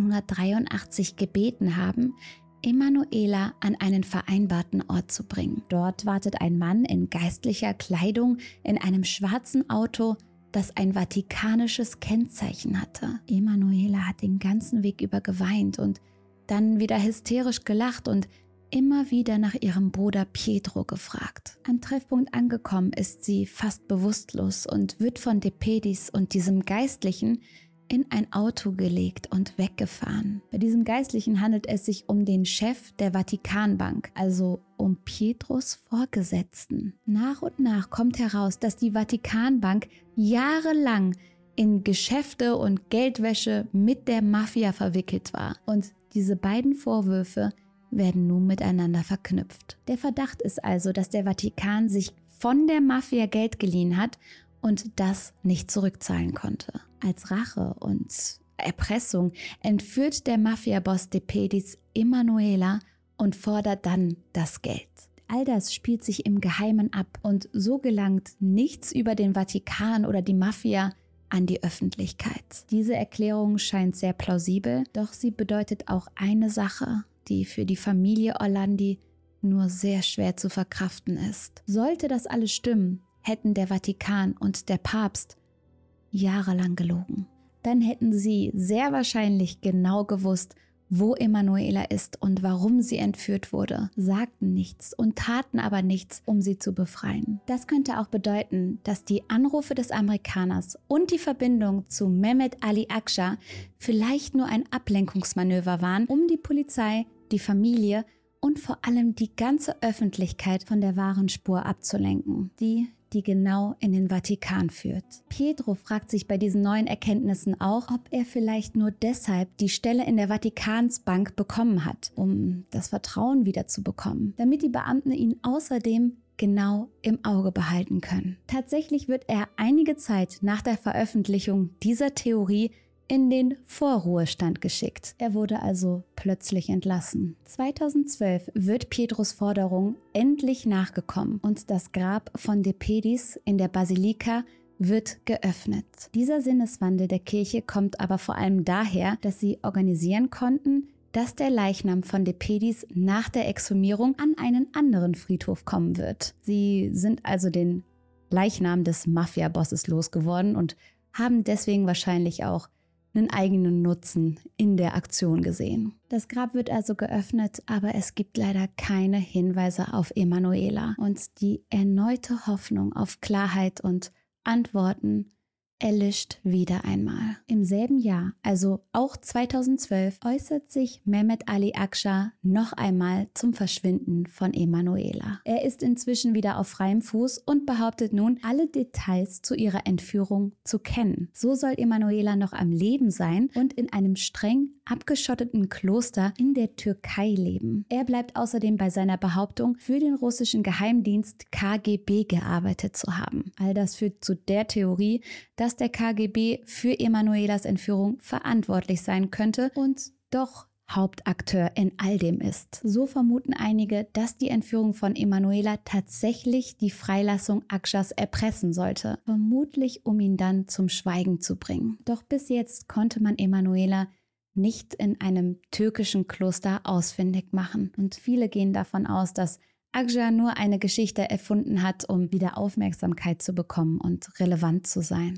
1983 gebeten haben, Emanuela an einen vereinbarten Ort zu bringen. Dort wartet ein Mann in geistlicher Kleidung in einem schwarzen Auto, das ein vatikanisches Kennzeichen hatte. Emanuela hat den ganzen Weg über geweint und dann wieder hysterisch gelacht und immer wieder nach ihrem Bruder Pietro gefragt. Am Treffpunkt angekommen ist sie fast bewusstlos und wird von De Pedis und diesem Geistlichen in ein Auto gelegt und weggefahren. Bei diesem Geistlichen handelt es sich um den Chef der Vatikanbank, also um Pietros Vorgesetzten. Nach und nach kommt heraus, dass die Vatikanbank jahrelang in Geschäfte und Geldwäsche mit der Mafia verwickelt war. Und diese beiden Vorwürfe werden nun miteinander verknüpft. Der Verdacht ist also, dass der Vatikan sich von der Mafia Geld geliehen hat und das nicht zurückzahlen konnte. Als Rache und Erpressung entführt der Mafia-Boss De Pedis Emanuela und fordert dann das Geld. All das spielt sich im Geheimen ab und so gelangt nichts über den Vatikan oder die Mafia an die Öffentlichkeit. Diese Erklärung scheint sehr plausibel, doch sie bedeutet auch eine Sache, die für die Familie Orlandi nur sehr schwer zu verkraften ist. Sollte das alles stimmen, hätten der Vatikan und der Papst jahrelang gelogen. Dann hätten sie sehr wahrscheinlich genau gewusst, wo Emanuela ist und warum sie entführt wurde, sagten nichts und taten aber nichts, um sie zu befreien. Das könnte auch bedeuten, dass die Anrufe des Amerikaners und die Verbindung zu Mehmet Ali Agca vielleicht nur ein Ablenkungsmanöver waren, um die Polizei, die Familie und vor allem die ganze Öffentlichkeit von der wahren Spur abzulenken, die genau in den Vatikan führt. Pietro fragt sich bei diesen neuen Erkenntnissen auch, ob er vielleicht nur deshalb die Stelle in der Vatikansbank bekommen hat, um das Vertrauen wieder zu bekommen, damit die Beamten ihn außerdem genau im Auge behalten können. Tatsächlich wird er einige Zeit nach der Veröffentlichung dieser Theorie in den Vorruhestand geschickt. Er wurde also plötzlich entlassen. 2012 wird Pietros Forderung endlich nachgekommen und das Grab von De Pedis in der Basilika wird geöffnet. Dieser Sinneswandel der Kirche kommt aber vor allem daher, dass sie organisieren konnten, dass der Leichnam von De Pedis nach der Exhumierung an einen anderen Friedhof kommen wird. Sie sind also den Leichnam des Mafia-Bosses losgeworden und haben deswegen wahrscheinlich auch einen eigenen Nutzen in der Aktion gesehen. Das Grab wird also geöffnet, aber es gibt leider keine Hinweise auf Emanuela und die erneute Hoffnung auf Klarheit und Antworten erlischt wieder einmal. Im selben Jahr, also auch 2012, äußert sich Mehmet Ali Agca noch einmal zum Verschwinden von Emanuela. Er ist inzwischen wieder auf freiem Fuß und behauptet nun, alle Details zu ihrer Entführung zu kennen. So soll Emanuela noch am Leben sein und in einem streng abgeschotteten Kloster in der Türkei leben. Er bleibt außerdem bei seiner Behauptung, für den russischen Geheimdienst KGB gearbeitet zu haben. All das führt zu der Theorie, dass der KGB für Emanuelas Entführung verantwortlich sein könnte und doch Hauptakteur in all dem ist. So vermuten einige, dass die Entführung von Emanuela tatsächlich die Freilassung Agcas erpressen sollte, vermutlich um ihn dann zum Schweigen zu bringen. Doch bis jetzt konnte man Emanuela nicht in einem türkischen Kloster ausfindig machen. Und viele gehen davon aus, dass Agca nur eine Geschichte erfunden hat, um wieder Aufmerksamkeit zu bekommen und relevant zu sein.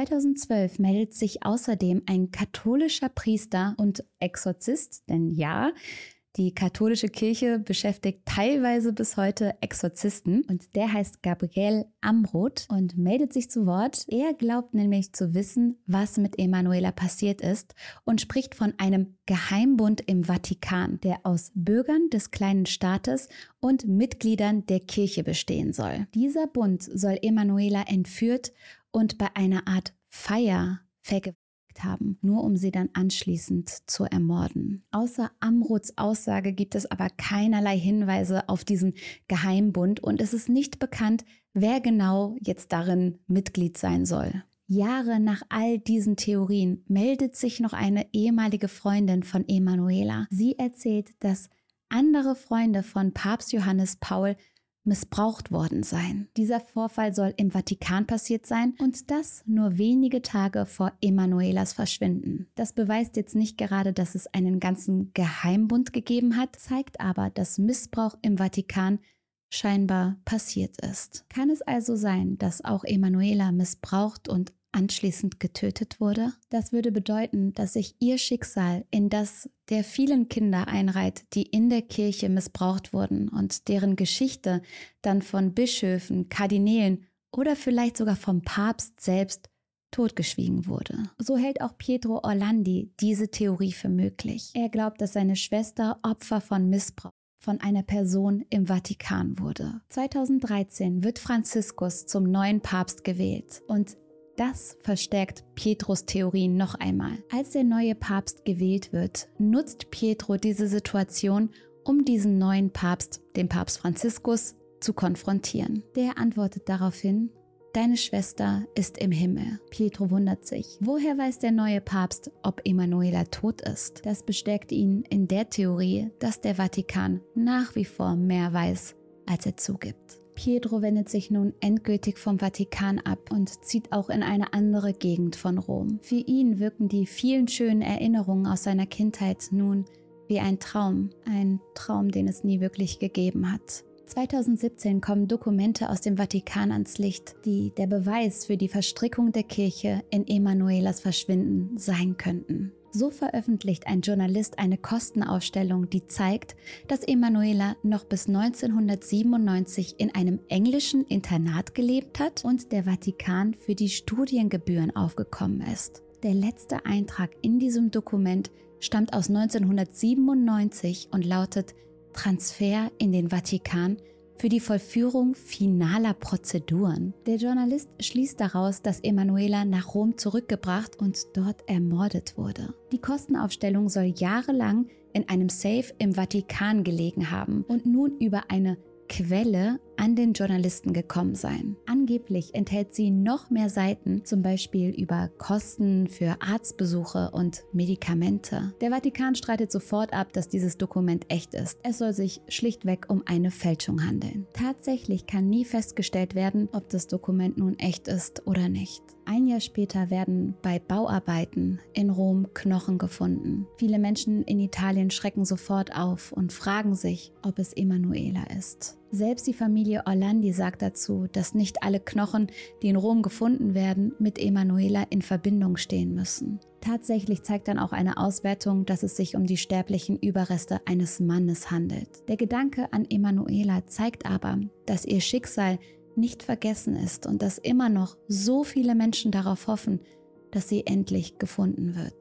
2012 meldet sich außerdem ein katholischer Priester und Exorzist, denn ja, die katholische Kirche beschäftigt teilweise bis heute Exorzisten und der heißt Gabriel Amroth und meldet sich zu Wort. Er glaubt nämlich zu wissen, was mit Emanuela passiert ist und spricht von einem Geheimbund im Vatikan, der aus Bürgern des kleinen Staates und Mitgliedern der Kirche bestehen soll. Dieser Bund soll Emanuela entführt und bei einer Art Feier vergewaltigt geschickt haben, nur um sie dann anschließend zu ermorden. Außer Amruts Aussage gibt es aber keinerlei Hinweise auf diesen Geheimbund und es ist nicht bekannt, wer genau jetzt darin Mitglied sein soll. Jahre nach all diesen Theorien meldet sich noch eine ehemalige Freundin von Emanuela. Sie erzählt, dass andere Freunde von Papst Johannes Paul missbraucht worden seien. Dieser Vorfall soll im Vatikan passiert sein und das nur wenige Tage vor Emanuelas Verschwinden. Das beweist jetzt nicht gerade, dass es einen ganzen Geheimbund gegeben hat, zeigt aber, dass Missbrauch im Vatikan scheinbar passiert ist. Kann es also sein, dass auch Emanuela missbraucht und anschließend getötet wurde? Das würde bedeuten, dass sich ihr Schicksal in das der vielen Kinder einreiht, die in der Kirche missbraucht wurden und deren Geschichte dann von Bischöfen, Kardinälen oder vielleicht sogar vom Papst selbst totgeschwiegen wurde. So hält auch Pietro Orlandi diese Theorie für möglich. Er glaubt, dass seine Schwester Opfer von Missbrauch von einer Person im Vatikan wurde. 2013 wird Franziskus zum neuen Papst gewählt und das verstärkt Pietros Theorien noch einmal. Als der neue Papst gewählt wird, nutzt Pietro diese Situation, um diesen neuen Papst, den Papst Franziskus, zu konfrontieren. Der antwortet daraufhin: Deine Schwester ist im Himmel. Pietro wundert sich. Woher weiß der neue Papst, ob Emanuela tot ist? Das bestärkt ihn in der Theorie, dass der Vatikan nach wie vor mehr weiß, als er zugibt. Pietro wendet sich nun endgültig vom Vatikan ab und zieht auch in eine andere Gegend von Rom. Für ihn wirken die vielen schönen Erinnerungen aus seiner Kindheit nun wie ein Traum, den es nie wirklich gegeben hat. 2017 kommen Dokumente aus dem Vatikan ans Licht, die der Beweis für die Verstrickung der Kirche in Emanuelas Verschwinden sein könnten. So veröffentlicht ein Journalist eine Kostenaufstellung, die zeigt, dass Emanuela noch bis 1997 in einem englischen Internat gelebt hat und der Vatikan für die Studiengebühren aufgekommen ist. Der letzte Eintrag in diesem Dokument stammt aus 1997 und lautet: Transfer in den Vatikan für die Vollführung finaler Prozeduren. Der Journalist schließt daraus, dass Emanuela nach Rom zurückgebracht und dort ermordet wurde. Die Kostenaufstellung soll jahrelang in einem Safe im Vatikan gelegen haben und nun über eine Quelle an den Journalisten gekommen sein. Angeblich enthält sie noch mehr Seiten, zum Beispiel über Kosten für Arztbesuche und Medikamente. Der Vatikan streitet sofort ab, dass dieses Dokument echt ist. Es soll sich schlichtweg um eine Fälschung handeln. Tatsächlich kann nie festgestellt werden, ob das Dokument nun echt ist oder nicht. Ein Jahr später werden bei Bauarbeiten in Rom Knochen gefunden. Viele Menschen in Italien schrecken sofort auf und fragen sich, ob es Emanuela ist. Selbst die Familie Orlandi sagt dazu, dass nicht alle Knochen, die in Rom gefunden werden, mit Emanuela in Verbindung stehen müssen. Tatsächlich zeigt dann auch eine Auswertung, dass es sich um die sterblichen Überreste eines Mannes handelt. Der Gedanke an Emanuela zeigt aber, dass ihr Schicksal nicht vergessen ist und dass immer noch so viele Menschen darauf hoffen, dass sie endlich gefunden wird.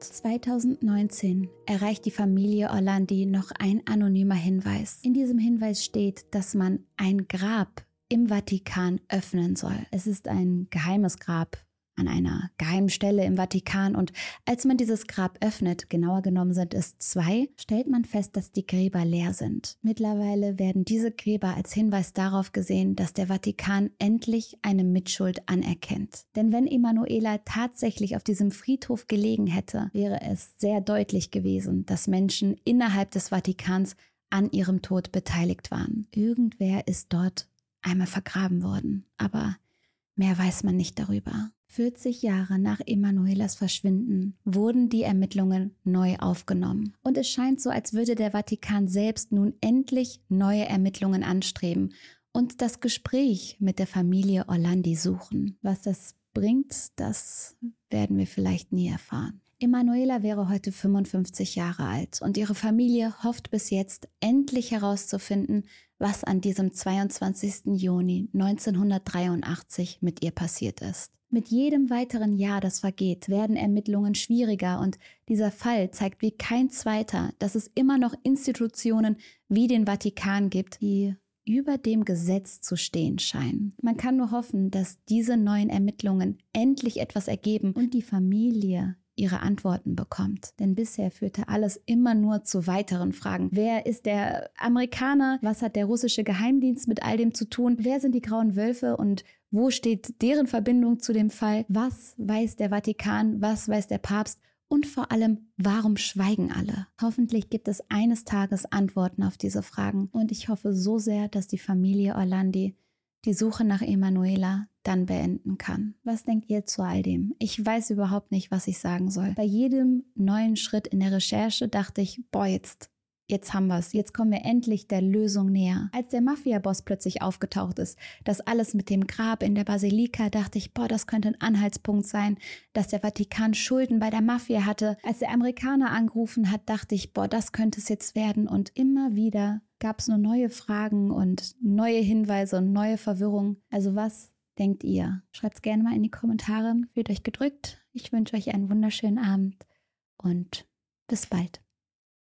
2019 erreicht die Familie Orlandi noch ein anonymer Hinweis. In diesem Hinweis steht, dass man ein Grab im Vatikan öffnen soll. Es ist ein geheimes Grab an einer geheimen Stelle im Vatikan und als man dieses Grab öffnet, genauer genommen sind es 2, stellt man fest, dass die Gräber leer sind. Mittlerweile werden diese Gräber als Hinweis darauf gesehen, dass der Vatikan endlich eine Mitschuld anerkennt. Denn wenn Emanuela tatsächlich auf diesem Friedhof gelegen hätte, wäre es sehr deutlich gewesen, dass Menschen innerhalb des Vatikans an ihrem Tod beteiligt waren. Irgendwer ist dort einmal vergraben worden, aber mehr weiß man nicht darüber. 40 Jahre nach Emanuelas Verschwinden wurden die Ermittlungen neu aufgenommen. Und es scheint so, als würde der Vatikan selbst nun endlich neue Ermittlungen anstreben und das Gespräch mit der Familie Orlandi suchen. Was das bringt, das werden wir vielleicht nie erfahren. Emanuela wäre heute 55 Jahre alt und ihre Familie hofft bis jetzt endlich herauszufinden, was an diesem 22. Juni 1983 mit ihr passiert ist. Mit jedem weiteren Jahr, das vergeht, werden Ermittlungen schwieriger und dieser Fall zeigt wie kein zweiter, dass es immer noch Institutionen wie den Vatikan gibt, die über dem Gesetz zu stehen scheinen. Man kann nur hoffen, dass diese neuen Ermittlungen endlich etwas ergeben und die Familie ihre Antworten bekommt. Denn bisher führte alles immer nur zu weiteren Fragen. Wer ist der Amerikaner? Was hat der russische Geheimdienst mit all dem zu tun? Wer sind die Grauen Wölfe und wo steht deren Verbindung zu dem Fall? Was weiß der Vatikan? Was weiß der Papst? Und vor allem, warum schweigen alle? Hoffentlich gibt es eines Tages Antworten auf diese Fragen. Und ich hoffe so sehr, dass die Familie Orlandi die Suche nach Emanuela dann beenden kann. Was denkt ihr zu all dem? Ich weiß überhaupt nicht, was ich sagen soll. Bei jedem neuen Schritt in der Recherche dachte ich, boah, jetzt haben wir es. Jetzt kommen wir endlich der Lösung näher. Als der Mafia-Boss plötzlich aufgetaucht ist, das alles mit dem Grab in der Basilika, dachte ich, boah, das könnte ein Anhaltspunkt sein, dass der Vatikan Schulden bei der Mafia hatte. Als der Amerikaner angerufen hat, dachte ich, boah, das könnte es jetzt werden. Und immer wieder gab es nur neue Fragen und neue Hinweise und neue Verwirrung. Also was denkt ihr? Schreibt es gerne mal in die Kommentare. Fühlt euch gedrückt. Ich wünsche euch einen wunderschönen Abend und bis bald.